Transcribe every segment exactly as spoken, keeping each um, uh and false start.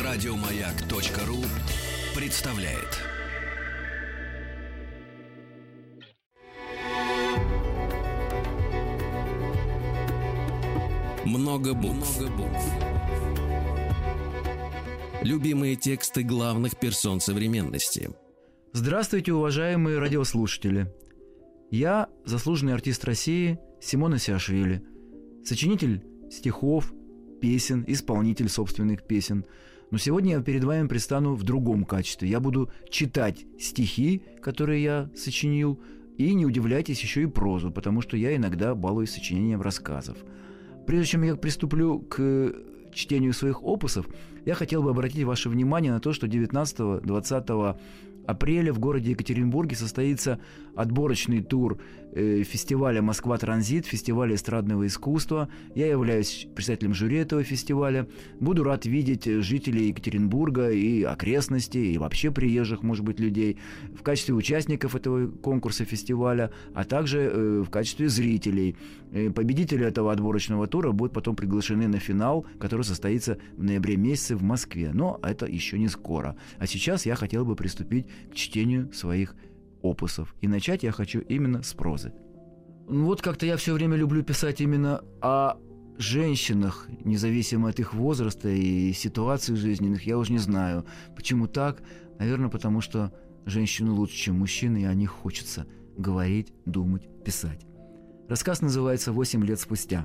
Радиомаяк.ру представляет. Много букв. Много букв. Любимые тексты главных персон современности. Здравствуйте, уважаемые радиослушатели. Я заслуженный артист России Симон Исиашвили, сочинитель стихов, песен, исполнитель собственных песен. Но сегодня я перед вами предстану в другом качестве. Я буду читать стихи, которые я сочинил, и не удивляйтесь, еще и прозу, потому что я иногда балуюсь сочинением рассказов. Прежде чем я приступлю к чтению своих опусов, я хотел бы обратить ваше внимание на то, что девятнадцатого-двадцатого апреля в городе Екатеринбурге состоится отборочный тур э, фестиваля «Москва Транзит», фестиваля эстрадного искусства. Я являюсь представителем жюри этого фестиваля. Буду рад видеть жителей Екатеринбурга и окрестностей, и вообще приезжих, может быть, людей в качестве участников этого конкурса фестиваля, а также э, в качестве зрителей. Э, победители этого отборочного тура будут потом приглашены на финал, который состоится в ноябре месяце в Москве. Но это еще не скоро. А сейчас я хотел бы приступить к чтению своих опусов. И начать я хочу именно с прозы. Вот как-то я все время люблю писать именно о женщинах, независимо от их возраста и ситуаций жизненных. Я уже не знаю, почему так. Наверное, потому что женщины лучше, чем мужчины, и о них хочется говорить, думать, писать. Рассказ называется «Восемь лет спустя».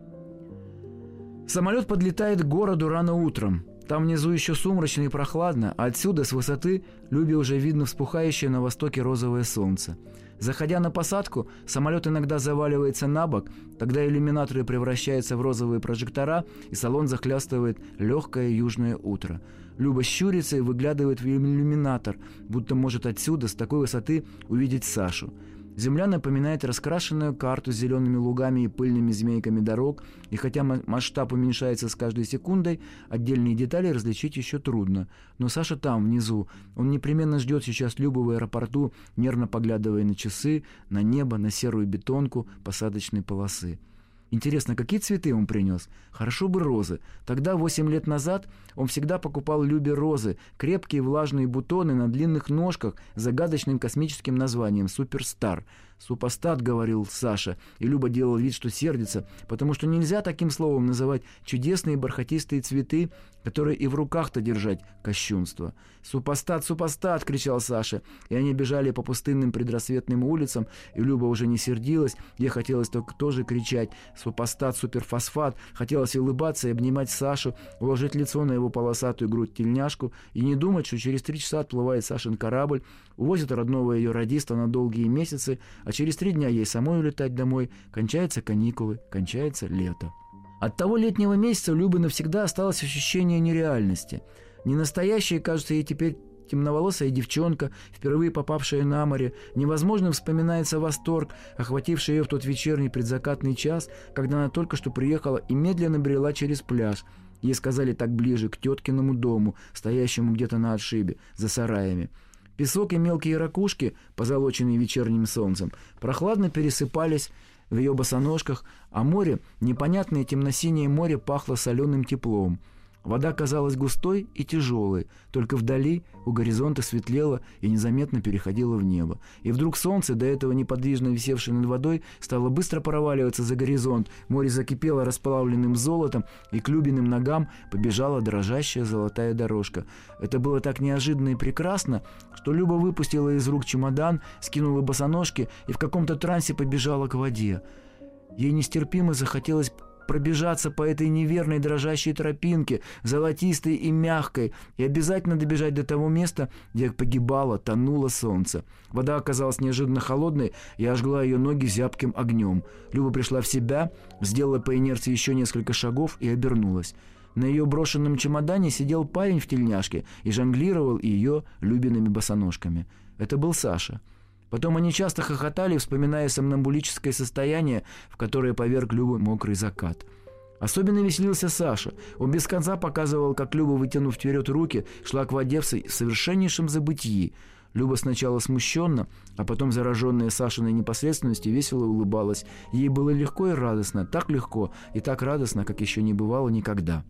Самолет подлетает к городу рано утром. Там внизу еще сумрачно и прохладно, а отсюда, с высоты, Любе уже видно вспухающее на востоке розовое солнце. Заходя на посадку, самолет иногда заваливается на бок, тогда иллюминаторы превращаются в розовые прожектора, и салон захлестывает легкое южное утро. Люба щурится и выглядывает в иллюминатор, будто может отсюда, с такой высоты, увидеть Сашу. Земля напоминает раскрашенную карту с зелеными лугами и пыльными змейками дорог, и хотя масштаб уменьшается с каждой секундой, отдельные детали различить еще трудно. Но Саша там, внизу. Он непременно ждет сейчас Любу в аэропорту, нервно поглядывая на часы, на небо, на серую бетонку посадочной полосы. Интересно, какие цветы он принес? Хорошо бы розы. Тогда, восемь лет назад, он всегда покупал Любе розы, крепкие влажные бутоны на длинных ножках с загадочным космическим названием «Суперстар». «Супостат», — говорил Саша, и Люба делала вид, что сердится, потому что нельзя таким словом называть чудесные бархатистые цветы, которые и в руках-то держать кощунство. «Супостат, супостат!» — кричал Саша, и они бежали по пустынным предрассветным улицам, и Люба уже не сердилась, ей хотелось только тоже кричать «Супостат, суперфосфат!», хотелось улыбаться и обнимать Сашу, уложить лицо на его полосатую грудь-тельняшку и не думать, что через три часа отплывает Сашин корабль, увозит родного ее радиста на долгие месяцы, а через три дня ей самой улетать домой, кончаются каникулы, кончается лето. От того летнего месяца у Любы навсегда осталось ощущение нереальности. Ненастоящая, кажется, ей теперь темноволосая девчонка, впервые попавшая на море. Невозможно вспоминается восторг, охвативший ее в тот вечерний предзакатный час, когда она только что приехала и медленно брела через пляж. Ей сказали так ближе, к теткиному дому, стоящему где-то на отшибе, за сараями. Песок и мелкие ракушки, позолоченные вечерним солнцем, прохладно пересыпались в ее босоножках, а море, непонятное темно-синее море, пахло соленым теплом. Вода казалась густой и тяжелой, только вдали у горизонта светлело и незаметно переходило в небо. И вдруг солнце, до этого неподвижно висевшее над водой, стало быстро проваливаться за горизонт, море закипело расплавленным золотом, и к Любиным ногам побежала дрожащая золотая дорожка. Это было так неожиданно и прекрасно, что Люба выпустила из рук чемодан, скинула босоножки и в каком-то трансе побежала к воде. Ей нестерпимо захотелось пробежаться по этой неверной дрожащей тропинке, золотистой и мягкой, и обязательно добежать до того места, где погибало, тонуло солнце. Вода оказалась неожиданно холодной и ожгла ее ноги зябким огнем. Люба пришла в себя, сделала по инерции еще несколько шагов и обернулась. На ее брошенном чемодане сидел парень в тельняшке и жонглировал ее Любиными босоножками. Это был Саша. Потом они часто хохотали, вспоминая сомнамбулическое состояние, в которое поверг Любу мокрый закат. Особенно веселился Саша. Он без конца показывал, как Люба, вытянув вперед руки, шла к воде в совершеннейшем забытии. Люба сначала смущенно, а потом, зараженная Сашиной непосредственностью, весело улыбалась. Ей было легко и радостно, так легко и так радостно, как еще не бывало никогда.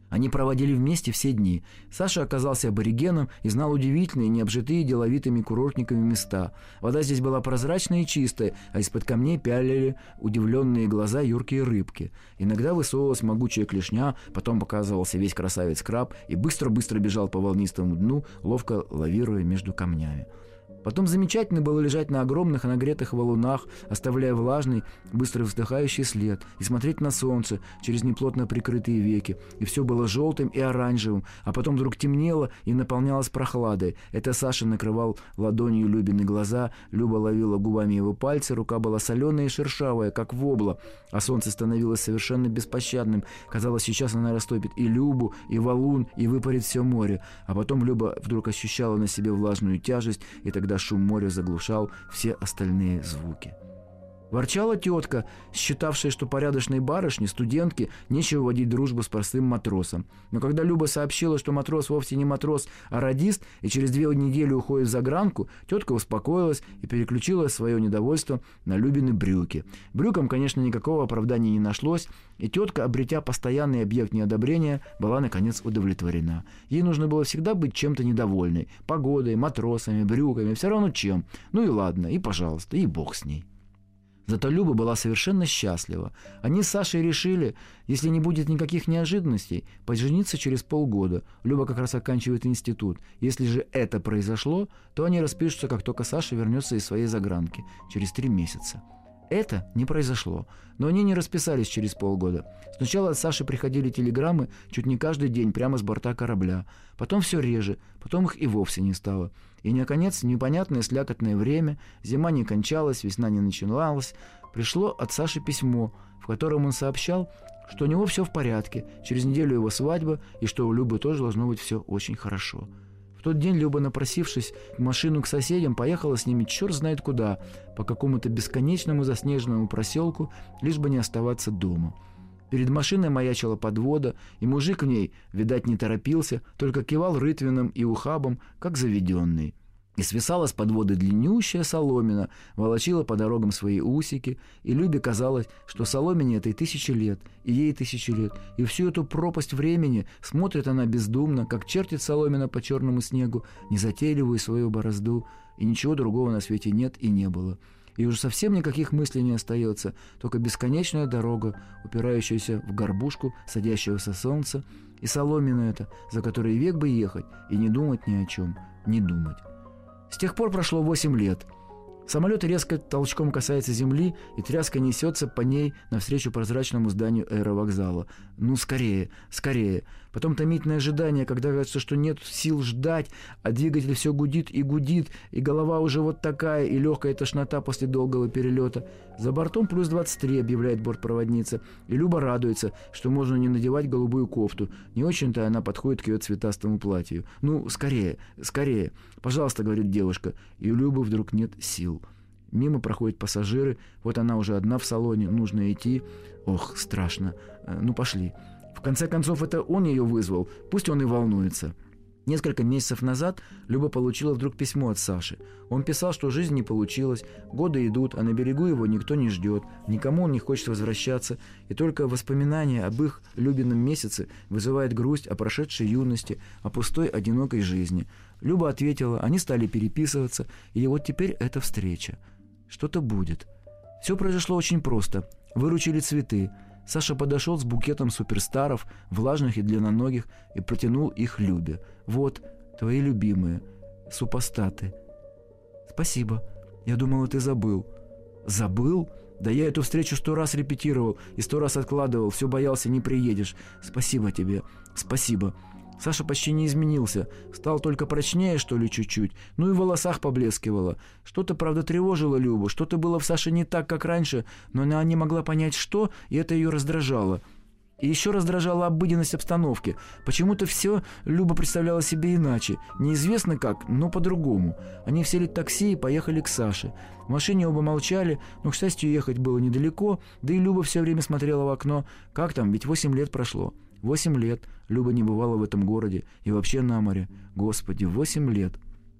Они проводили вместе все дни. Саша оказался аборигеном и знал удивительные, необжитые деловитыми курортниками места. Вода здесь была прозрачная и чистая, а из-под камней пялили удивленные глаза юркие рыбки. Иногда высовывалась могучая клешня, потом показывался весь красавец-краб и быстро-быстро бежал по волнистому дну, ловко лавируя между камнями. Потом замечательно было лежать на огромных нагретых валунах, оставляя влажный, быстро вздыхающий след, и смотреть на солнце через неплотно прикрытые веки. И все было желтым и оранжевым, а потом вдруг темнело и наполнялось прохладой. Это Саша накрывал ладонью Любины глаза, Люба ловила губами его пальцы, рука была соленая и шершавая, как вобла, а солнце становилось совершенно беспощадным. Казалось, сейчас она растопит и Любу, и валун, и выпарит все море. А потом Люба вдруг ощущала на себе влажную тяжесть, и тогда когда шум моря заглушал все остальные звуки. Ворчала тетка, считавшая, что порядочной барышне, студентке, нечего водить дружбу с простым матросом. Но когда Люба сообщила, что матрос вовсе не матрос, а радист, и через две недели уходит в загранку, тетка успокоилась и переключила свое недовольство на Любины брюки. Брюкам, конечно, никакого оправдания не нашлось, и тетка, обретя постоянный объект неодобрения, была, наконец, удовлетворена. Ей нужно было всегда быть чем-то недовольной. Погодой, матросами, брюками, все равно чем. Ну и ладно, и пожалуйста, и бог с ней. Зато Люба была совершенно счастлива. Они с Сашей решили, если не будет никаких неожиданностей, пожениться через полгода. Люба как раз оканчивает институт. Если же это произошло, то они распишутся, как только Саша вернется из своей загранки, через три месяца. Это не произошло, но они не расписались через полгода. Сначала от Саши приходили телеграммы чуть не каждый день прямо с борта корабля. Потом все реже, потом их и вовсе не стало. И, наконец, непонятное слякотное время, зима не кончалась, весна не начиналась, пришло от Саши письмо, в котором он сообщал, что у него все в порядке, через неделю его свадьба, и что у Любы тоже должно быть все очень хорошо. В тот день Люба, напросившись в машину к соседям, поехала с ними черт знает куда, по какому-то бесконечному заснеженному проселку, лишь бы не оставаться дома. Перед машиной маячила подвода, и мужик в ней, видать, не торопился, только кивал рытвином и ухабом, как заведенный. И свисала с подводы длиннющая соломина, волочила по дорогам свои усики, и Любе казалось, что соломине этой тысячи лет, и ей тысячи лет, и всю эту пропасть времени смотрит она бездумно, как чертит соломина по черному снегу, незатейливую свою борозду, и ничего другого на свете нет и не было. И уже совсем никаких мыслей не остается, только бесконечная дорога, упирающаяся в горбушку садящегося солнца, и соломина эта, за которой век бы ехать, и не думать ни о чем, не думать. С тех пор прошло восемь лет. Самолет резко толчком касается земли, и тряска несется по ней навстречу прозрачному зданию аэровокзала. Ну, скорее, скорее. Потом томительное ожидание, когда кажется, что нет сил ждать, а двигатель все гудит и гудит, и голова уже вот такая, и легкая тошнота после долгого перелета. За бортом плюс двадцать три, объявляет бортпроводница, и Люба радуется, что можно не надевать голубую кофту. Не очень-то она подходит к ее цветастому платью. «Ну, скорее, скорее, пожалуйста», — говорит девушка, и у Любы вдруг нет сил. Мимо проходят пассажиры, вот она уже одна в салоне, нужно идти. Ох, страшно. Ну, пошли. В конце концов, это он ее вызвал, пусть он и волнуется. Несколько месяцев назад Люба получила вдруг письмо от Саши. Он писал, что жизнь не получилась, годы идут, а на берегу его никто не ждет, никому он не хочет возвращаться, и только воспоминания об их Любином месяце вызывает грусть о прошедшей юности, о пустой одинокой жизни. Люба ответила, они стали переписываться, и вот теперь эта встреча. Что-то будет. Все произошло очень просто. Выручили цветы. Саша подошел с букетом суперстаров, влажных и длинноногих, и протянул их Любе. «Вот, твои любимые, супостаты». «Спасибо. Я думала, ты забыл». «Забыл? Да я эту встречу сто раз репетировал и сто раз откладывал, все боялся, не приедешь. Спасибо тебе. Спасибо». Саша почти не изменился, стал только прочнее, что ли, чуть-чуть, ну и в волосах поблескивало. Что-то, правда, тревожило Любу, что-то было в Саше не так, как раньше, но она не могла понять, что, и это ее раздражало. И еще раздражала обыденность обстановки. Почему-то все Люба представляла себе иначе. Неизвестно как, но по-другому. Они сели в такси и поехали к Саше. В машине оба молчали, но, к счастью, ехать было недалеко, да и Люба все время смотрела в окно. Как там, ведь восемь лет прошло. Восемь лет Люба не бывала в этом городе и вообще на море. Господи, восемь лет.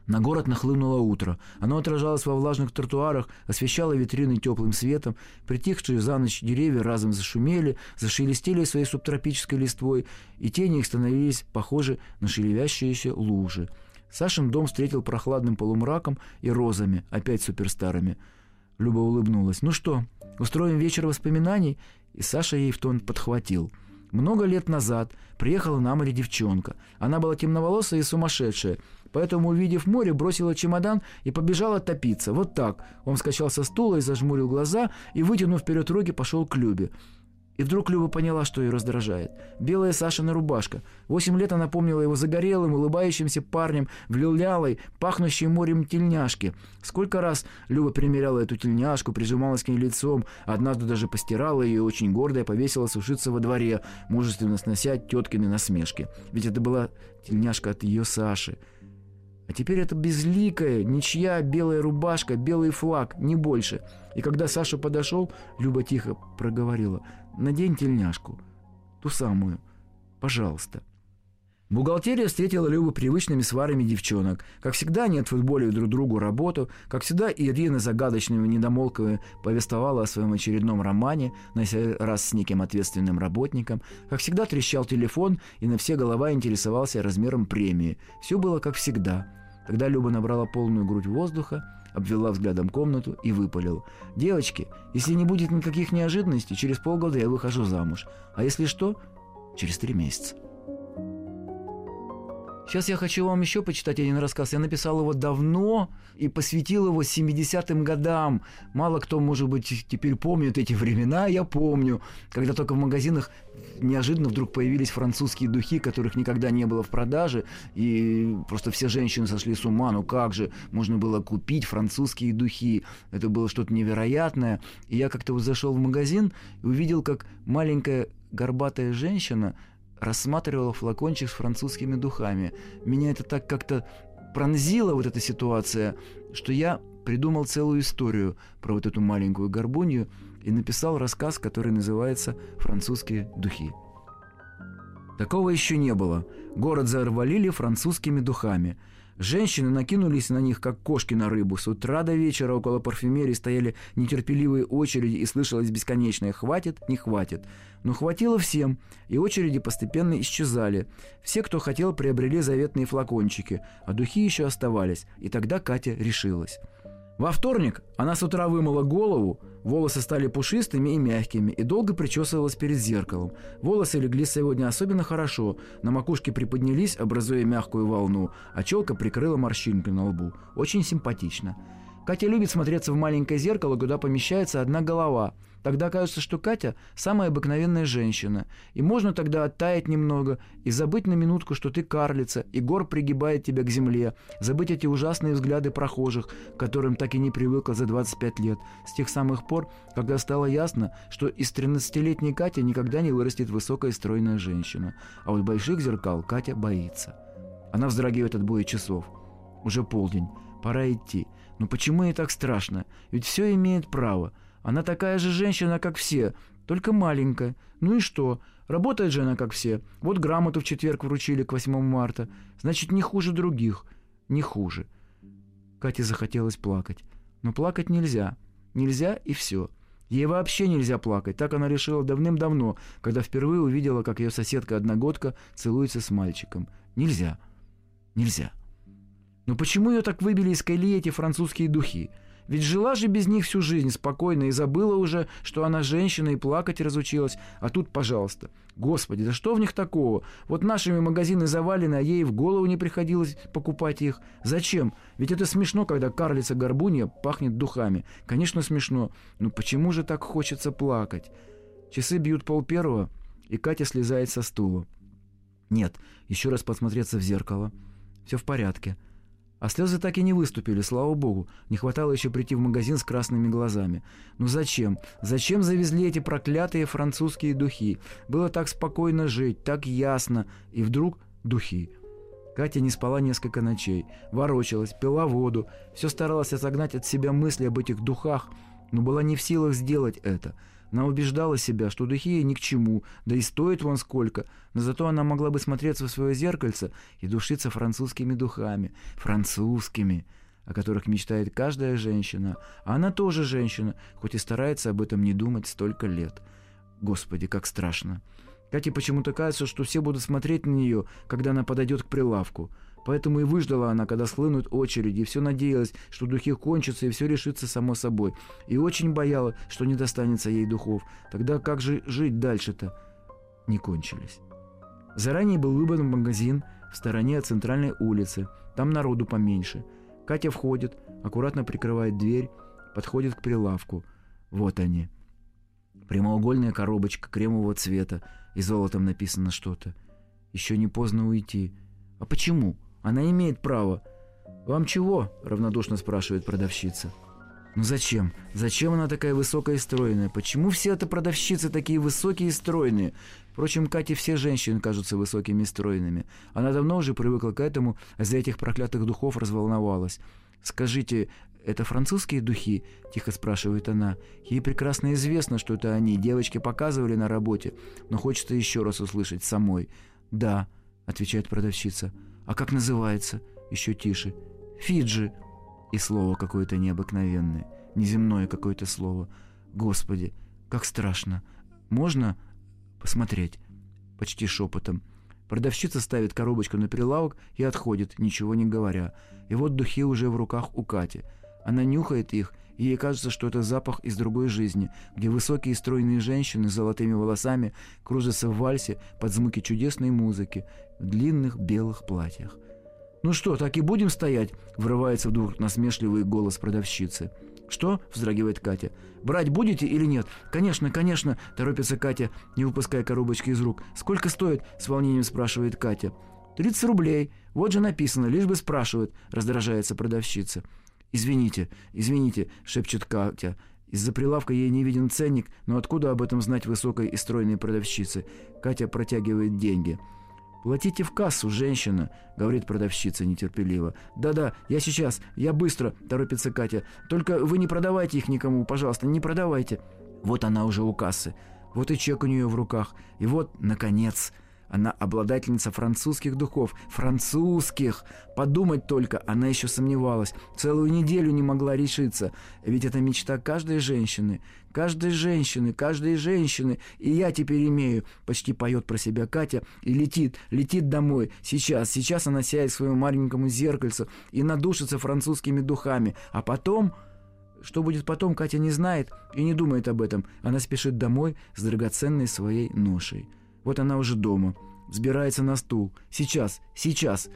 На город нахлынуло утро. Оно отражалось во влажных тротуарах, освещало витрины теплым светом. Притихшие за ночь деревья разом зашумели, зашелестели своей субтропической листвой, и тени их становились похожи на шелевящиеся лужи. Сашин дом встретил прохладным полумраком и розами, опять суперстарыми. Люба улыбнулась. «Ну что, устроим вечер воспоминаний?» И Саша ей в тон подхватил. Много лет назад приехала на море девчонка. Она была темноволосая и сумасшедшая, поэтому, увидев море, бросила чемодан и побежала топиться. Вот так. Он вскочил со стула и зажмурил глаза, и, вытянув вперед руки, пошел к Любе. И вдруг Люба поняла, что ее раздражает. Белая Сашина рубашка. Восемь лет она помнила его загорелым, улыбающимся парнем в лилялой, пахнущей морем тельняшке. Сколько раз Люба примеряла эту тельняшку, прижималась к ней лицом, однажды даже постирала ее и очень гордая повесила сушиться во дворе, мужественно снося теткины насмешки. Ведь это была тельняшка от ее Саши. А теперь это безликая, ничья белая рубашка, белый флаг, не больше. И когда Саша подошел, Люба тихо проговорила: «Надень тельняшку, ту самую, пожалуйста». Бухгалтерия встретила Любу привычными сварами девчонок. Как всегда, они отфутболили друг другу работу. Как всегда, Ирина загадочными недомолвками повествовала о своем очередном романе, на сей раз с неким ответственным работником. Как всегда, трещал телефон, и на все голова интересовался размером премии. Все было как всегда. Тогда Люба набрала полную грудь воздуха, обвела взглядом комнату и выпалила: «Девочки, если не будет никаких неожиданностей, через полгода я выхожу замуж. А если что, через три месяца». Сейчас я хочу вам еще почитать один рассказ. Я написал его давно и посвятил его семидесятым годам. Мало кто, может быть, теперь помнит эти времена. Я помню, когда только в магазинах неожиданно вдруг появились французские духи, которых никогда не было в продаже. И просто все женщины сошли с ума. Ну как же можно было купить французские духи? Это было что-то невероятное. И я как-то вот зашел в магазин и увидел, как маленькая горбатая женщина рассматривала флакончик с французскими духами. Меня это так как-то пронзила, вот эта ситуация, что я придумал целую историю про вот эту маленькую горбунью и написал рассказ, который называется «Французские духи». Такого еще не было. Город завалили французскими духами. Женщины накинулись на них, как кошки на рыбу. С утра до вечера около парфюмерии стояли нетерпеливые очереди, и слышалось бесконечное «хватит, не хватит». Но хватило всем, и очереди постепенно исчезали. Все, кто хотел, приобрели заветные флакончики, а духи еще оставались, и тогда Катя решилась. Во вторник она с утра вымыла голову, волосы стали пушистыми и мягкими, и долго причесывалась перед зеркалом. Волосы легли сегодня особенно хорошо, на макушке приподнялись, образуя мягкую волну, а челка прикрыла морщинкой на лбу. Очень симпатично. Катя любит смотреться в маленькое зеркало, куда помещается одна голова. Тогда кажется, что Катя – самая обыкновенная женщина. И можно тогда оттаять немного и забыть на минутку, что ты карлица, и гор пригибает тебя к земле, забыть эти ужасные взгляды прохожих, к которым так и не привыкла за двадцать пять лет, с тех самых пор, когда стало ясно, что из тринадцатилетней Кати никогда не вырастет высокая стройная женщина. А вот больших зеркал Катя боится. Она вздрагивает от боя часов. Уже полдень, пора идти. Но почему ей так страшно? Ведь все имеет право. Она такая же женщина, как все, только маленькая. Ну и что? Работает же она, как все. Вот грамоту в четверг вручили к восьмому марта. Значит, не хуже других. Не хуже. Кате захотелось плакать. Но плакать нельзя. Нельзя и все. Ей вообще нельзя плакать. Так она решила давным-давно, когда впервые увидела, как ее соседка-одногодка целуется с мальчиком. Нельзя. Нельзя. Но почему ее так выбили из колеи эти французские духи? Ведь жила же без них всю жизнь спокойно и забыла уже, что она женщина и плакать разучилась. А тут, пожалуйста. Господи, да что в них такого? Вот нашими магазины завалены, а ей в голову не приходилось покупать их. Зачем? Ведь это смешно, когда карлица-горбунья пахнет духами. Конечно, смешно. Но почему же так хочется плакать? Часы бьют полпервого, и Катя слезает со стула. Нет, еще раз посмотреться в зеркало. Все в порядке. А слезы так и не выступили, слава богу. Не хватало еще прийти в магазин с красными глазами. Ну зачем? Зачем завезли эти проклятые французские духи? Было так спокойно жить, так ясно. И вдруг духи. Катя не спала несколько ночей. Ворочалась, пила воду. Все старалась отогнать от себя мысли об этих духах, но была не в силах сделать это. Она убеждала себя, что духи ей ни к чему, да и стоит вон сколько, но зато она могла бы смотреться в свое зеркальце и душиться французскими духами, французскими, о которых мечтает каждая женщина, а она тоже женщина, хоть и старается об этом не думать столько лет. Господи, как страшно. Кате почему-то кажется, что все будут смотреть на нее, когда она подойдет к прилавку. Поэтому и выждала она, когда схлынут очереди, и все надеялась, что духи кончатся, и все решится само собой. И очень боялась, что не достанется ей духов. Тогда как же жить дальше-то? Не кончились. Заранее был выбран магазин в стороне от центральной улицы. Там народу поменьше. Катя входит, аккуратно прикрывает дверь, подходит к прилавку. Вот они. Прямоугольная коробочка кремового цвета, и золотом написано что-то. Еще не поздно уйти. А почему? Она имеет право. «Вам чего?» – равнодушно спрашивает продавщица. «Ну зачем? Зачем она такая высокая и стройная? Почему все это продавщицы такие высокие и стройные?» Впрочем, Кате все женщины кажутся высокими и стройными. Она давно уже привыкла к этому, а из-за этих проклятых духов разволновалась. «Скажите, это французские духи?» – тихо спрашивает она. Ей прекрасно известно, что это они. Девочки показывали на работе, но хочется еще раз услышать самой. «Да», – отвечает продавщица. «А как называется?» Еще тише. «Фиджи». И слово какое-то необыкновенное, неземное какое-то слово. Господи, как страшно. «Можно посмотреть?» Почти шепотом. Продавщица ставит коробочку на прилавок и отходит, ничего не говоря. И вот духи уже в руках у Кати. Она нюхает их, и ей кажется, что это запах из другой жизни, где высокие стройные женщины с золотыми волосами кружатся в вальсе под звуки чудесной музыки в длинных белых платьях. «Ну что, так и будем стоять?» — врывается вдруг насмешливый голос продавщицы. «Что?» — вздрагивает Катя. «Брать будете или нет?» «Конечно, конечно!» — торопится Катя, не выпуская коробочки из рук. «Сколько стоит?» — с волнением спрашивает Катя. «Тридцать рублей. Вот же написано, лишь бы спрашивают», — раздражается продавщица. «Извините, извините», — шепчет Катя. Из-за прилавка ей не виден ценник, но откуда об этом знать высокой и стройной продавщице? Катя протягивает деньги. «Платите в кассу, женщина», — говорит продавщица нетерпеливо. «Да-да, я сейчас, я быстро», — торопится Катя. «Только вы не продавайте их никому, пожалуйста, не продавайте». Вот она уже у кассы. Вот и чек у нее в руках. И вот, наконец, она обладательница французских духов. Французских! Подумать только, она еще сомневалась. Целую неделю не могла решиться. Ведь это мечта каждой женщины. Каждой женщины, каждой женщины. И я теперь имею. Почти поет про себя Катя и летит, летит домой. Сейчас, сейчас она сядет к своему маленькому зеркальцу и надушится французскими духами. А потом... Что будет потом, Катя не знает и не думает об этом. Она спешит домой с драгоценной своей ношей. Вот она уже дома, взбирается на стул. Сейчас, сейчас.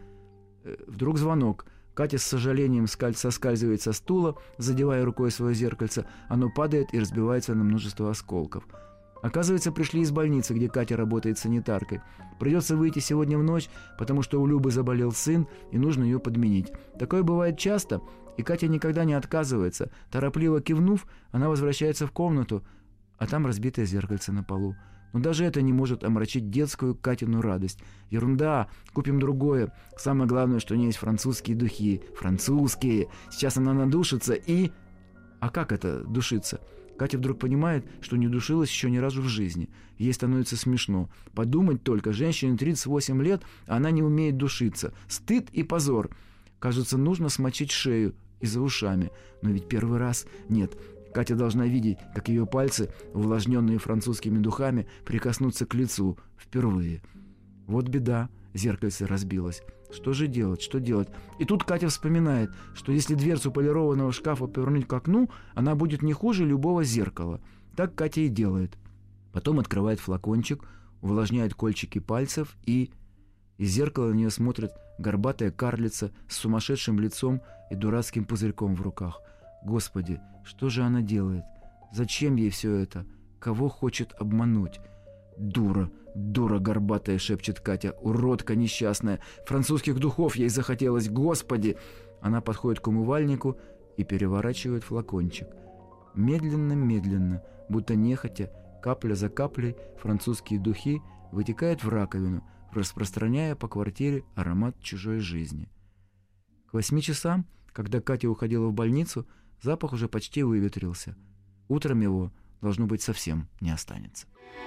Вдруг звонок. Катя с сожалением соскальзывает со стула, задевая рукой свое зеркальце. Оно падает и разбивается на множество осколков. Оказывается, пришли из больницы, где Катя работает санитаркой. Придется выйти сегодня в ночь, потому что у Любы заболел сын, и нужно ее подменить. Такое бывает часто, и Катя никогда не отказывается. Торопливо кивнув, она возвращается в комнату, а там разбитое зеркальце на полу. Но даже это не может омрачить детскую Катину радость. Ерунда, купим другое. Самое главное, что у нее есть французские духи. Французские. Сейчас она надушится и... А как это душиться? Катя вдруг понимает, что не душилась еще ни разу в жизни. Ей становится смешно. Подумать только, женщине тридцать восемь лет, а она не умеет душиться. Стыд и позор. Кажется, нужно смочить шею и за ушами. Но ведь первый раз... Нет, Катя должна видеть, как ее пальцы, увлажненные французскими духами, прикоснутся к лицу впервые. Вот беда, зеркальце разбилось. Что же делать, что делать? И тут Катя вспоминает, что если дверцу полированного шкафа повернуть к окну, она будет не хуже любого зеркала. Так Катя и делает. Потом открывает флакончик, увлажняет кольчики пальцев и... Из зеркала на нее смотрит горбатая карлица с сумасшедшим лицом и дурацким пузырьком в руках. Господи, что же она делает? Зачем ей все это? Кого хочет обмануть? «Дура, дура горбатая», — шепчет Катя. «Уродка несчастная! Французских духов ей захотелось! Господи!» Она подходит к умывальнику и переворачивает флакончик. Медленно-медленно, будто нехотя, капля за каплей, французские духи вытекают в раковину, распространяя по квартире аромат чужой жизни. К восьми часам, когда Катя уходила в больницу, запах уже почти выветрился. Утром его должно быть, совсем не останется.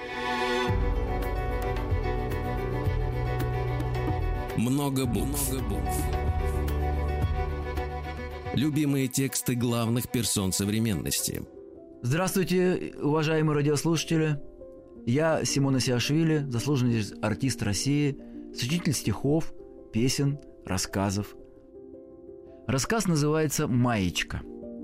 Много букв. Много букв. Любимые тексты главных персон современности. Здравствуйте, уважаемые радиослушатели. Я Симон Исиашвили, заслуженный артист России, сочинитель стихов, песен, рассказов. Рассказ называется «Маечка».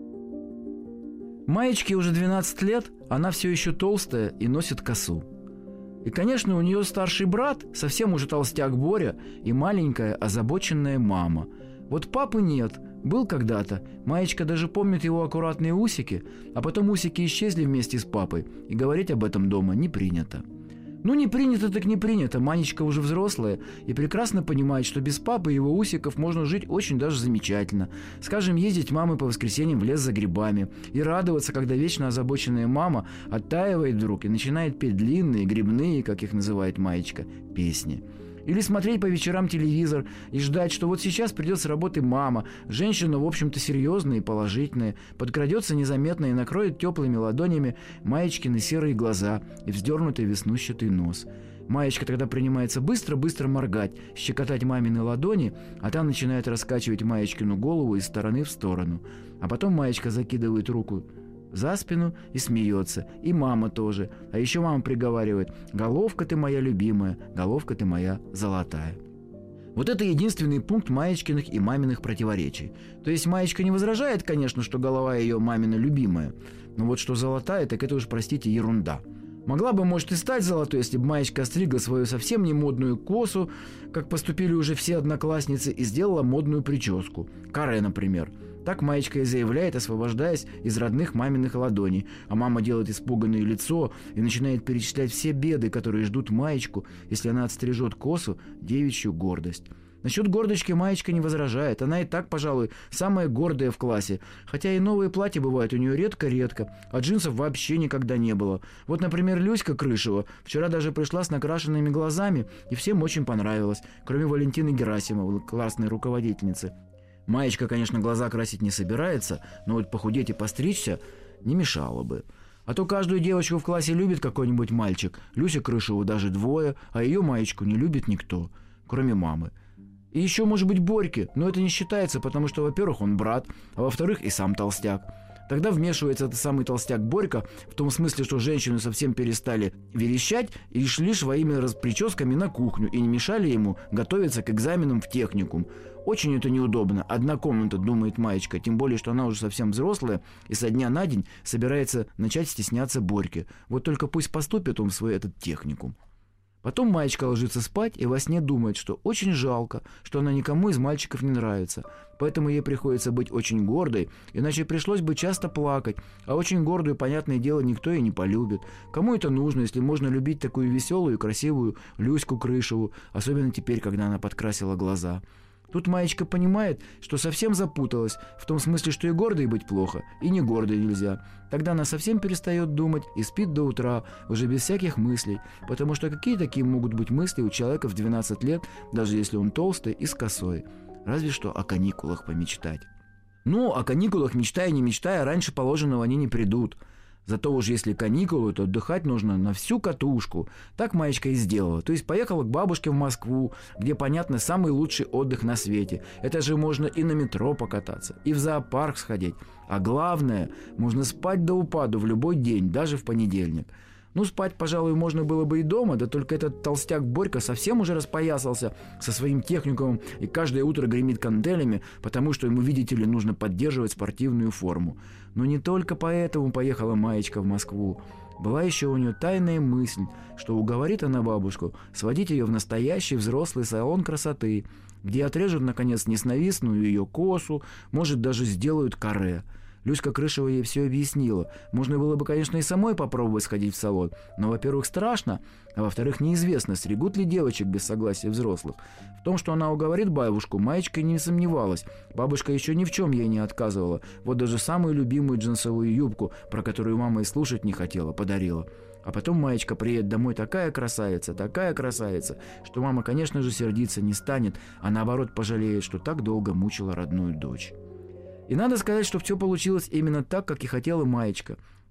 Маечке уже двенадцать лет, она все еще толстая и носит косу. И, конечно, у нее старший брат, совсем уже толстяк Боря, и маленькая озабоченная мама. Вот папы нет, был когда-то. Маечка даже помнит его аккуратные усики, а потом усики исчезли вместе с папой, и говорить об этом дома не принято. Ну, не принято так не принято, Манечка уже взрослая и прекрасно понимает, что без папы и его усиков можно жить очень даже замечательно. Скажем, ездить мамой по воскресеньям в лес за грибами и радоваться, когда вечно озабоченная мама оттаивает вдруг и начинает петь длинные, грибные, как их называет Маечка, песни. Или смотреть по вечерам телевизор и ждать, что вот сейчас придет с работы мама, женщина, в общем-то, серьезная и положительная, подкрадется незаметно и накроет теплыми ладонями Маечкины серые глаза и вздернутый веснущатый нос. Маечка тогда принимается быстро-быстро моргать, щекотать мамины ладони, а та начинает раскачивать Маечкину голову из стороны в сторону. А потом Маечка закидывает руку за спину и смеется. И мама тоже. А еще мама приговаривает: «Головка ты моя любимая, головка ты моя золотая». Вот это единственный пункт Маечкиных и маминых противоречий. То есть Маечка не возражает, конечно, что голова ее мамина любимая. Но вот что золотая, так это уж, простите, ерунда. Могла бы, может, и стать золотой, если бы Маечка остригла свою совсем не модную косу, как поступили уже все одноклассницы, и сделала модную прическу. Каре, например. Так Маечка и заявляет, освобождаясь из родных маминых ладоней. А мама делает испуганное лицо и начинает перечислять все беды, которые ждут Маечку, если она отстрижет косу, девичью гордость. Насчет гордочки Маечка не возражает. Она и так, пожалуй, самая гордая в классе. Хотя и новые платья бывают у нее редко-редко, а джинсов вообще никогда не было. Вот, например, Люська Крышева вчера даже пришла с накрашенными глазами, и всем очень понравилось, кроме Валентины Герасимовой, классной руководительницы. Маечка, конечно, глаза красить не собирается, но вот похудеть и постричься не мешало бы. А то каждую девочку в классе любит какой-нибудь мальчик. Люся Крышеву даже двое, а ее Маечку не любит никто, кроме мамы. И еще, может быть, Борьки, но это не считается, потому что, во-первых, он брат, а во-вторых, и сам толстяк. Тогда вмешивается этот самый толстяк Борька, в том смысле, что женщины совсем перестали верещать и шли своими прическами на кухню и не мешали ему готовиться к экзаменам в техникум. Очень это неудобно. Одна комната, думает Маечка, тем более, что она уже совсем взрослая и со дня на день собирается начать стесняться Борьки. Вот только пусть поступит он в свой этот техникум. Потом Маечка ложится спать и во сне думает, что очень жалко, что она никому из мальчиков не нравится. Поэтому ей приходится быть очень гордой, иначе пришлось бы часто плакать. А очень гордую, понятное дело, никто и не полюбит. Кому это нужно, если можно любить такую веселую и красивую Люську Крышеву, особенно теперь, когда она подкрасила глаза? Тут Маечка понимает, что совсем запуталась, в том смысле, что и гордой быть плохо, и не гордой нельзя. Тогда она совсем перестает думать и спит до утра, уже без всяких мыслей, потому что какие такие могут быть мысли у человека в двенадцать лет, даже если он толстый и с косой? Разве что о каникулах помечтать. Ну, о каникулах, мечтая не мечтая, раньше положенного они не придут. Зато уж если каникулы, то отдыхать нужно на всю катушку. Так Маечка и сделала. То есть поехала к бабушке в Москву, где, понятно, самый лучший отдых на свете. Это же можно и на метро покататься, и в зоопарк сходить. А главное, можно спать до упаду в любой день, даже в понедельник. Ну, спать, пожалуй, можно было бы и дома, да только этот толстяк Борька совсем уже распоясался со своим техникумом и каждое утро гремит канделями, потому что ему, видите ли, нужно поддерживать спортивную форму. Но не только поэтому поехала Маечка в Москву. Была еще у нее тайная мысль, что уговорит она бабушку сводить ее в настоящий взрослый салон красоты, где отрежут, наконец, несновистную ее косу, может, даже сделают каре. Люська Крышева ей все объяснила. Можно было бы, конечно, и самой попробовать сходить в салон, но, во-первых, страшно, а во-вторых, неизвестно, стригут ли девочек без согласия взрослых. В том, что она уговорит бабушку, Маечка не сомневалась. Бабушка еще ни в чем ей не отказывала. Вот даже самую любимую джинсовую юбку, про которую мама и слушать не хотела, подарила. А потом Маечка приедет домой такая красавица, такая красавица, что мама, конечно же, сердиться не станет, а наоборот пожалеет, что так долго мучила родную дочь. И надо сказать, что все получилось именно так, как и хотела Маечка.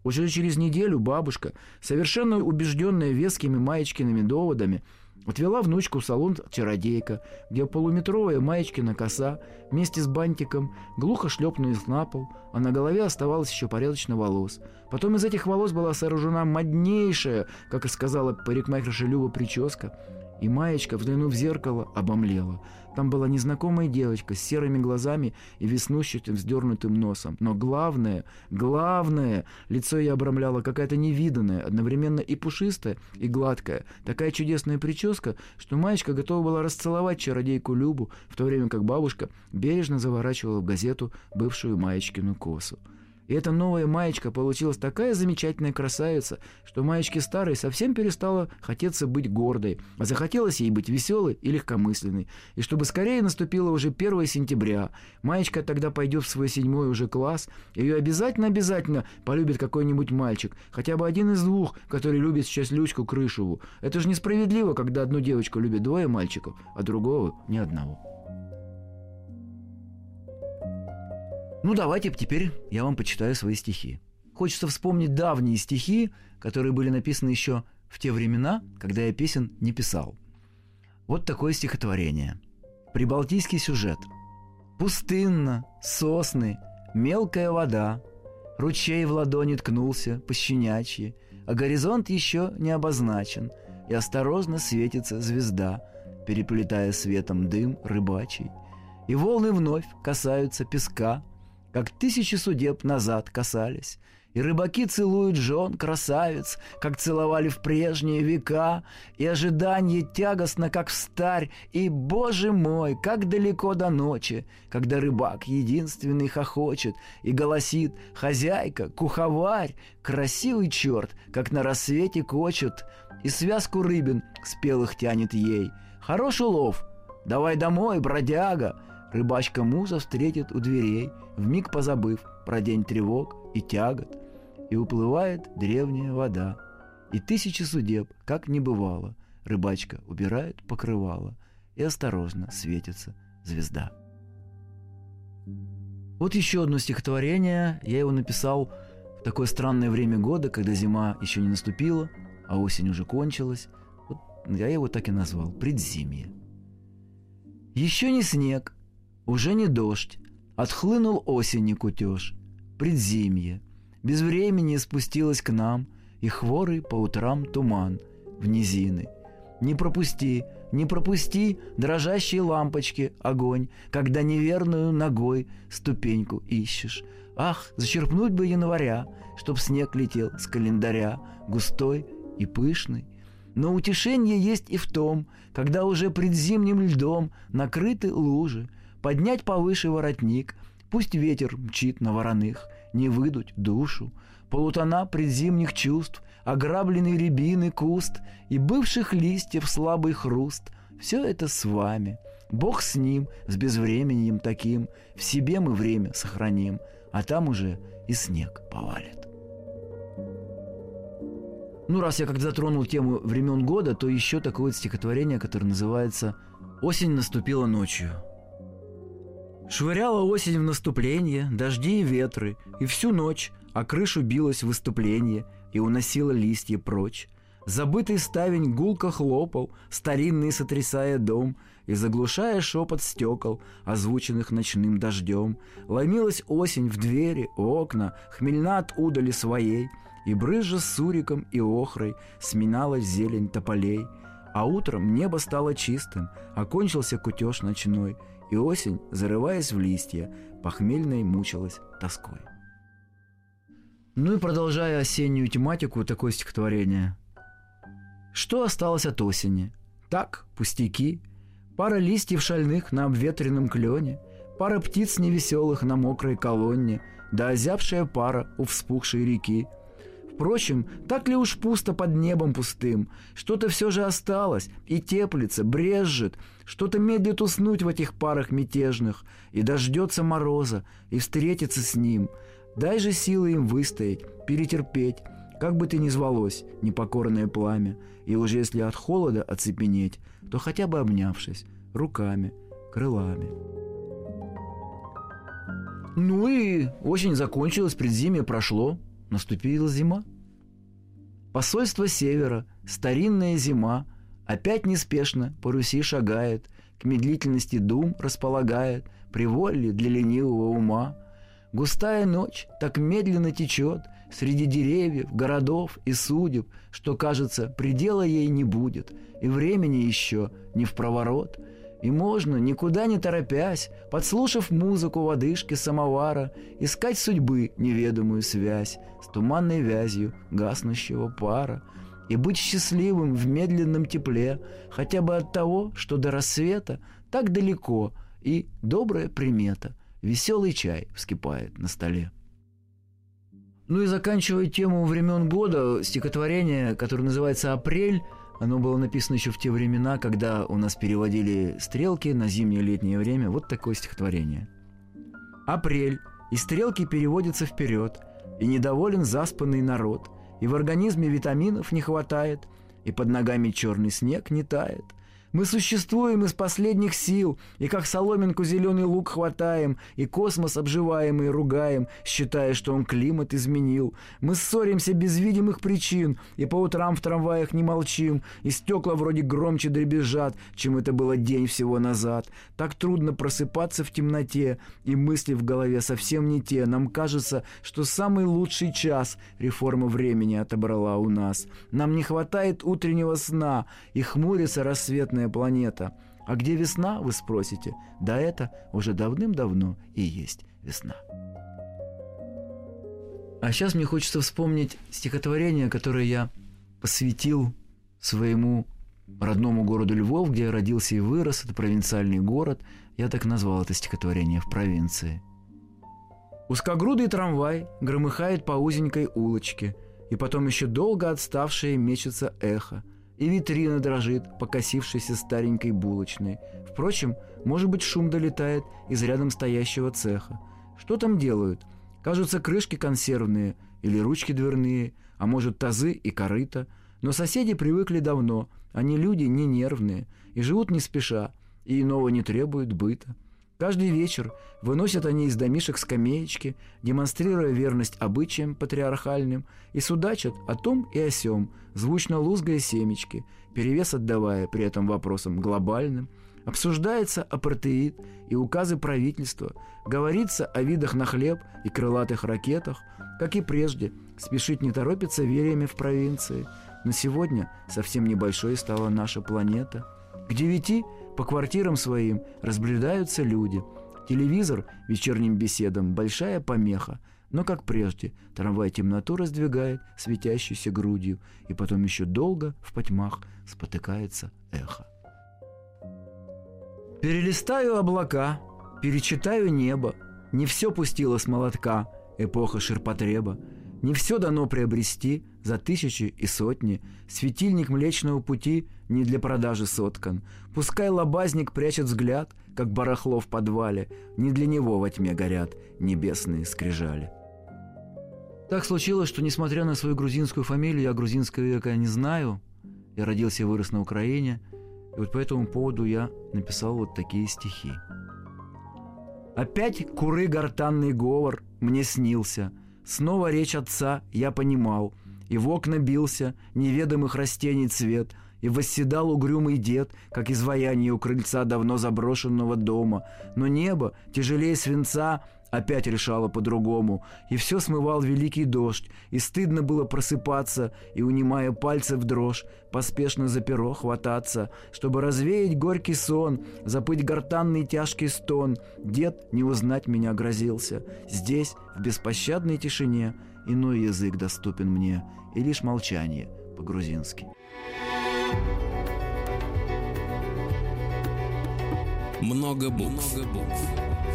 Уже через неделю бабушка, совершенно убежденная вескими Маечкиными доводами, отвела внучку в салон «Чародейка», где полуметровая Маечкина коса вместе с бантиком глухо шлепнулась на пол, а на голове оставалось еще порядочно волос. Потом из этих волос была сооружена моднейшая, как и сказала парикмахерша Люба, прическа, и Маечка, взглянув в зеркало, обомлела. Там была незнакомая девочка с серыми глазами и веснущатым вздернутым носом. Но главное, главное, лицо ее обрамляло какая-то невиданная, одновременно и пушистая, и гладкая, такая чудесная прическа, что Маечка готова была расцеловать чародейку Любу, в то время как бабушка бережно заворачивала в газету бывшую Маечкину косу. И эта новая Маечка получилась такая замечательная красавица, что Маечке старой совсем перестало хотеться быть гордой, а захотелось ей быть веселой и легкомысленной. И чтобы скорее наступило уже первое сентября, Маечка тогда пойдет в свой седьмой уже класс, ее обязательно-обязательно полюбит какой-нибудь мальчик, хотя бы один из двух, который любит сейчас Лючку Крышеву. Это же несправедливо, когда одну девочку любят двое мальчиков, а другого ни одного. Ну, давайте теперь я вам почитаю свои стихи. Хочется вспомнить давние стихи, которые были написаны еще в те времена, когда я песен не писал. Вот такое стихотворение. Прибалтийский сюжет. Пустынно, сосны, мелкая вода, ручей в ладони ткнулся пощенячьи, а горизонт еще не обозначен, и осторожно светится звезда, переплетая светом дым рыбачий. И волны вновь касаются песка, как тысячи судеб назад касались, и рыбаки целуют жен красавиц, как целовали в прежние века, и ожидание тягостно, как встарь, и, боже мой, как далеко до ночи, когда рыбак единственный хохочет и голосит: «Хозяйка, куховарь, красивый черт, как на рассвете кочет», и связку рыбин спелых тянет ей: «Хорош улов, давай домой, бродяга». Рыбачка мужа встретит у дверей, вмиг позабыв про день тревог и тягот, и уплывает древняя вода, и тысячи судеб, как не бывало, рыбачка убирает покрывало, и осторожно светится звезда. Вот еще одно стихотворение. Я его написал в такое странное время года, когда зима еще не наступила, а осень уже кончилась. Вот я его так и назвал — «Предзимье». Еще не снег, уже не дождь, отхлынул осени кутеж. Предзимье, без времени спустилась к нам, и хворый по утрам туман в низины. Не пропусти, не пропусти дрожащей лампочки огонь, когда неверную ногой ступеньку ищешь. Ах, зачерпнуть бы января, чтоб снег летел с календаря, густой и пышный. Но утешение есть и в том, когда уже пред зимним льдом накрыты лужи, поднять повыше воротник, пусть ветер мчит на вороных, не выдуть душу, полутона предзимних чувств, ограбленный рябины куст и бывших листьев слабый хруст. Все это с вами. Бог с ним, с безвременьем таким, в себе мы время сохраним, а там уже и снег повалит. Ну, раз я как-то затронул тему времен года, то еще такое вот стихотворение, которое называется «Осень наступила ночью». Швыряла осень в наступление дожди и ветры, и всю ночь о крышу билось выступление и уносило листья прочь. Забытый ставень гулко хлопал, старинный сотрясая дом, и заглушая шепот стекол, озвученных ночным дождем. Ломилась осень в двери, окна, хмельна от удали своей, и брызжа с суриком и охрой сминалась зелень тополей. А утром небо стало чистым, окончился кутеж ночной, и осень, зарываясь в листья, похмельной мучилась тоской. Ну и продолжая осеннюю тематику, такое стихотворение. Что осталось от осени? Так, пустяки. Пара листьев шальных на обветренном клене, пара птиц невеселых на мокрой колонне, да озябшая пара у вспухшей реки. Впрочем, так ли уж пусто под небом пустым? Что-то все же осталось, и теплится, брезжит, что-то медлит уснуть в этих парах мятежных, и дождется мороза, и встретиться с ним. Дай же силы им выстоять, перетерпеть, как бы ты ни звалось, непокорное пламя, и уже если от холода оцепенеть, то хотя бы обнявшись, руками, крылами. Ну и осень закончилась, предзимье прошло. наступила зима. Посольство севера, старинная зима, опять неспешно по Руси шагает, к медлительности дум располагает, приволье для ленивого ума. Густая ночь так медленно течет среди деревьев, городов и судеб, что, кажется, предела ей не будет, и времени еще не впроворот. И можно, никуда не торопясь, подслушав музыку в одышке самовара, искать судьбы неведомую связь с туманной вязью гаснущего пара, и быть счастливым в медленном тепле хотя бы от того, что до рассвета так далеко, и добрая примета — веселый чай вскипает на столе. Ну и заканчивая тему времен года, стихотворение, которое называется «Апрель». Оно было написано еще в те времена, когда у нас переводили стрелки на зимнее и летнее время. Вот такое стихотворение. «Апрель, и стрелки переводятся вперед, и недоволен заспанный народ, и в организме витаминов не хватает, и под ногами черный снег не тает. Мы существуем из последних сил, и как соломинку зеленый лук хватаем, и космос обживаем и ругаем, считая, что он климат изменил. Мы ссоримся без видимых причин, и по утрам в трамваях не молчим, и стекла вроде громче дребезжат, чем это было день всего назад. Так трудно просыпаться в темноте, и мысли в голове совсем не те. Нам кажется, что самый лучший час реформа времени отобрала у нас. Нам не хватает утреннего сна, и хмурится рассветная планета. А где весна, вы спросите? Да это уже давным-давно и есть весна. А сейчас мне хочется вспомнить стихотворение, которое я посвятил своему родному городу Львов, где я родился и вырос. Это провинциальный город. Я так назвал это стихотворение в провинции. Узкогрудый трамвай громыхает по узенькой улочке, и потом еще долго отставшее мечется эхо, и витрина дрожит, покосившейся старенькой булочной. Впрочем, может быть, шум долетает из рядом стоящего цеха. Что там делают? Кажутся крышки консервные или ручки дверные, а может, тазы и корыта. Но соседи привыкли давно, они люди не нервные и живут не спеша, и иного не требуют быта. Каждый вечер выносят они из домишек скамеечки, демонстрируя верность обычаям патриархальным, и судачат о том и о сём, звучно лузгая семечки, перевес отдавая при этом вопросам глобальным. Обсуждается апартеид и указы правительства, говорится о видах на хлеб и крылатых ракетах. Как и прежде, спешить не торопится вериями в провинции. Но сегодня совсем небольшой стала наша планета. К девяти по квартирам своим разбредаются люди. Телевизор вечерним беседам – большая помеха. Но, как прежде, трамвай темноту раздвигает светящейся грудью, и потом еще долго в потьмах спотыкается эхо. Перелистаю облака, перечитаю небо. Не все пустило с молотка эпоха ширпотреба. Не все дано приобрести за тысячи и сотни. Светильник Млечного Пути не для продажи соткан. Пускай лобазник прячет взгляд, как барахло в подвале. Не для него во тьме горят небесные скрижали. Так случилось, что, несмотря на свою грузинскую фамилию, я грузинского языка не знаю. Я родился и вырос на Украине. И вот по этому поводу я написал вот такие стихи. Опять куры гортанный говор мне снился. Снова речь отца я понимал, и в окна бился неведомых растений цвет, и восседал угрюмый дед, как изваяние у крыльца давно заброшенного дома. Но небо, тяжелее свинца, опять решало по-другому, и все смывал великий дождь, и стыдно было просыпаться, и, унимая пальцы в дрожь, поспешно за перо хвататься, чтобы развеять горький сон, запыть гортанный тяжкий стон. Дед не узнать меня грозился. Здесь, в беспощадной тишине, иной язык доступен мне, и лишь молчание по-грузински. Много букв. Много букв.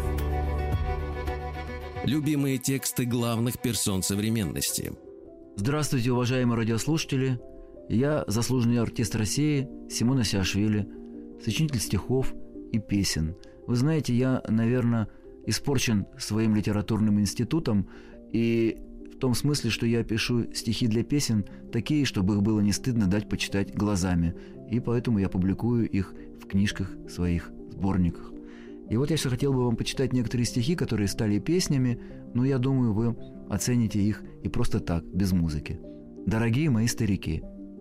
Любимые тексты главных персон современности. Здравствуйте, уважаемые радиослушатели. Я заслуженный артист России Симон Асиашвили, сочинитель стихов и песен. Вы знаете, я, наверное, испорчен своим литературным институтом, и в том смысле, что я пишу стихи для песен такие, чтобы их было не стыдно дать почитать глазами. И поэтому я публикую их в книжках своих, сборниках. И вот я сейчас хотел бы вам почитать некоторые стихи, которые стали песнями, но я думаю, вы оцените их и просто так, без музыки. Дорогие мои старики.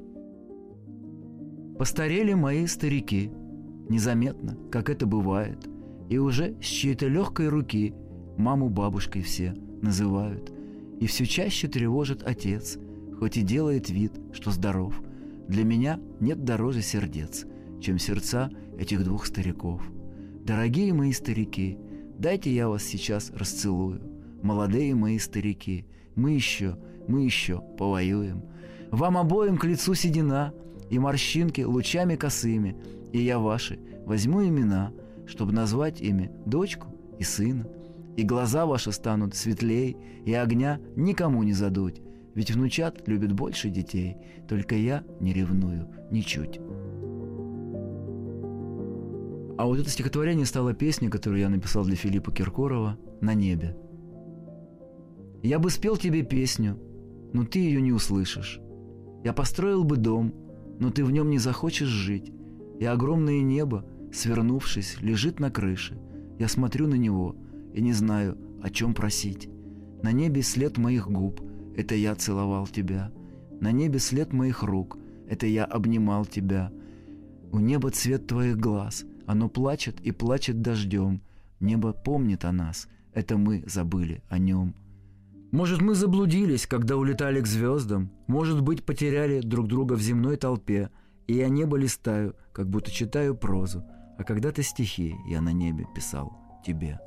Постарели мои старики, незаметно, как это бывает, и уже с чьей-то легкой руки маму бабушкой все называют. И все чаще тревожит отец, хоть и делает вид, что здоров. Для меня нет дороже сердец, чем сердца этих двух стариков. Дорогие мои старики, дайте я вас сейчас расцелую. Молодые мои старики, мы еще, мы еще повоюем. Вам обоим к лицу седина и морщинки лучами косыми, и я ваши возьму имена, чтобы назвать ими дочку и сына. И глаза ваши станут светлей, и огня никому не задуть, ведь внучат любят больше детей, только я не ревную ничуть. А вот это стихотворение стало песней, которую я написал для Филиппа Киркорова «На небе». Я бы спел тебе песню, но ты ее не услышишь. Я построил бы дом, но ты в нем не захочешь жить. И огромное небо, свернувшись, лежит на крыше. Я смотрю на него и не знаю, о чем просить. На небе след моих губ, это я целовал тебя. На небе след моих рук, это я обнимал тебя. У неба цвет твоих глаз, оно плачет и плачет дождем. Небо помнит о нас, это мы забыли о нем. Может, мы заблудились, когда улетали к звездам, может быть, потеряли друг друга в земной толпе, и я небо листаю, как будто читаю прозу, а когда-то стихи я на небе писал тебе.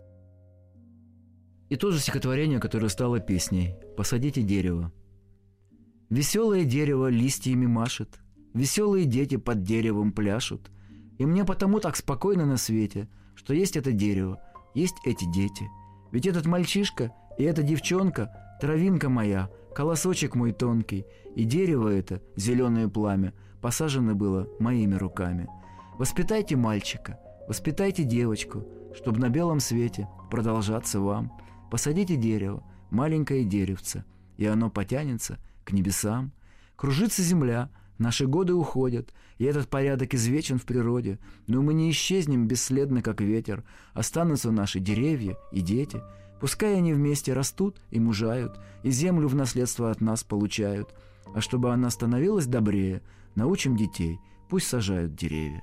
И тоже стихотворение, которое стало песней «Посадите дерево». Веселое дерево листьями машет, веселые дети под деревом пляшут, и мне потому так спокойно на свете, что есть это дерево, есть эти дети. Ведь этот мальчишка и эта девчонка — травинка моя, колосочек мой тонкий, и дерево это, зеленое пламя, посажено было моими руками. Воспитайте мальчика, воспитайте девочку, чтобы на белом свете продолжаться вам. Посадите дерево, маленькое деревце, и оно потянется к небесам. Кружится земля, наши годы уходят, и этот порядок извечен в природе, но мы не исчезнем бесследно, как ветер. Останутся наши деревья и дети. Пускай они вместе растут и мужают, и землю в наследство от нас получают. А чтобы она становилась добрее, научим детей, пусть сажают деревья.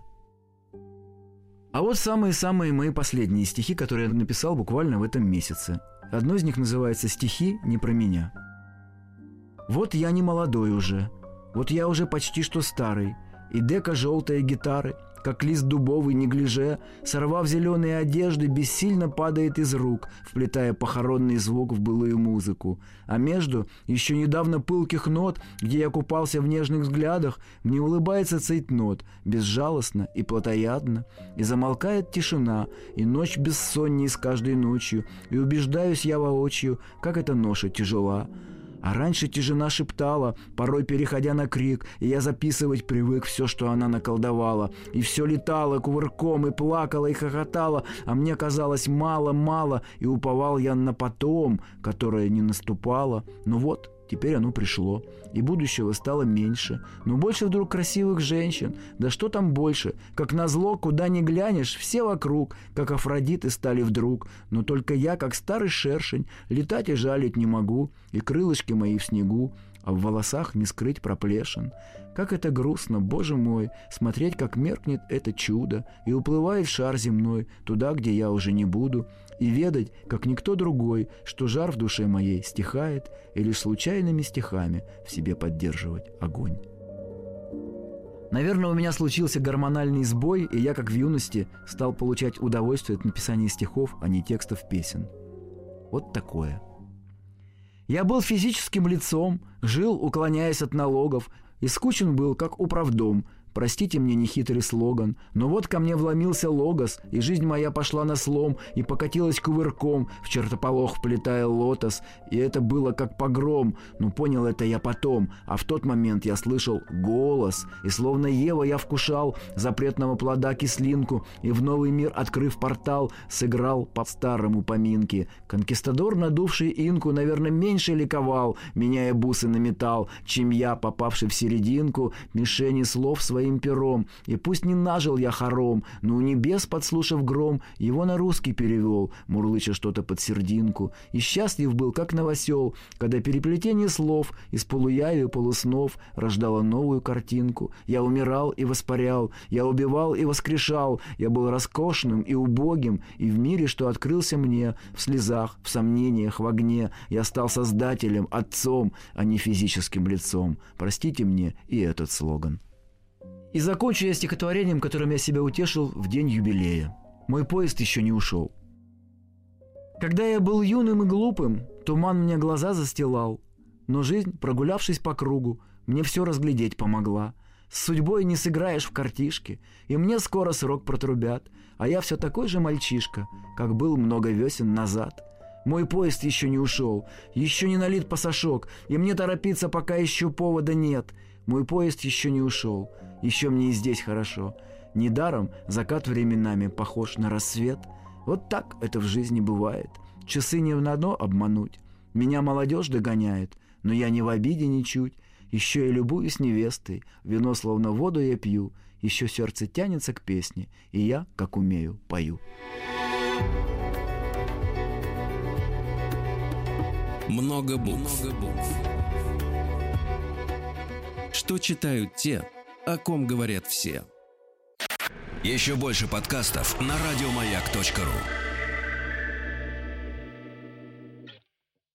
А вот самые-самые мои последние стихи, которые я написал буквально в этом месяце. Одно из них называется «Стихи не про меня». Вот я не молодой уже, вот я уже почти что старый, и дека желтые гитары, как лист дубовый неглиже, сорвав зеленые одежды, бессильно падает из рук, вплетая похоронный звук в былую музыку. А между еще недавно пылких нот, где я купался в нежных взглядах, мне улыбается цейтнот, безжалостно и плотоядно, и замолкает тишина, и ночь бессонней с каждой ночью, и убеждаюсь я воочию, как эта ноша тяжела. А раньше тишина шептала, порой переходя на крик, и я записывать привык все, что она наколдовала. И все летало кувырком, и плакала, и хохотала, а мне казалось мало-мало, и уповал я на потом, которое не наступало. Но вот, теперь оно пришло, и будущего стало меньше, но больше вдруг красивых женщин. Да что там больше, как назло, куда ни глянешь, все вокруг, как Афродиты стали вдруг. Но только я, как старый шершень, летать и жалить не могу, и крылышки мои в снегу, а в волосах не скрыть проплешин. Как это грустно, Боже мой, смотреть, как меркнет это чудо, и уплывает шар земной туда, где я уже не буду, и ведать, как никто другой, что жар в душе моей стихает, и лишь случайными стихами в себе поддерживать огонь. Наверное, у меня случился гормональный сбой, и я, как в юности, стал получать удовольствие от написания стихов, а не текстов песен. Вот такое. Я был физическим лицом, жил, уклоняясь от налогов, и скучен был, как управдом. Простите мне нехитрый слоган, но вот ко мне вломился логос, и жизнь моя пошла на слом и покатилась кувырком, в чертополох вплетая лотос, и это было как погром, но понял это я потом, а в тот момент я слышал голос, и словно Ева я вкушал запретного плода кислинку, и в новый мир, открыв портал, сыграл по-старому поминки. Конкистадор, надувший инку, наверное, меньше ликовал, меняя бусы на металл, чем я, попавший в серединку, мишени слов своих своим пером. И пусть не нажил я хором, но у небес, подслушав гром, его на русский перевел, мурлыча что-то под сердинку. И счастлив был, как новосел, когда переплетение слов из полуяви и полуснов рождало новую картинку. Я умирал и воспарял, я убивал и воскрешал, я был роскошным и убогим, и в мире, что открылся мне, в слезах, в сомнениях, в огне, я стал создателем, отцом, а не физическим лицом. Простите мне и этот слоган. И закончу я стихотворением, которым я себя утешил в день юбилея. Мой поезд еще не ушел. Когда я был юным и глупым, туман мне глаза застилал, но жизнь, прогулявшись по кругу, мне все разглядеть помогла. С судьбой не сыграешь в картишки, и мне скоро срок протрубят, а я все такой же мальчишка, как был много весен назад. Мой поезд еще не ушел, еще не налит пасашок, и мне торопиться, пока еще повода нет. Мой поезд еще не ушел, еще мне и здесь хорошо. Недаром закат временами похож на рассвет. Вот так это в жизни бывает. Часы не на одно обмануть. Меня молодежь догоняет, но я не в обиде ничуть. Еще и любуюсь невестой, вино словно воду я пью. Еще сердце тянется к песне, и я, как умею, пою. Много букв. Много букв. Что читают те, о ком говорят все. Еще больше подкастов на радиомаяк точка ру.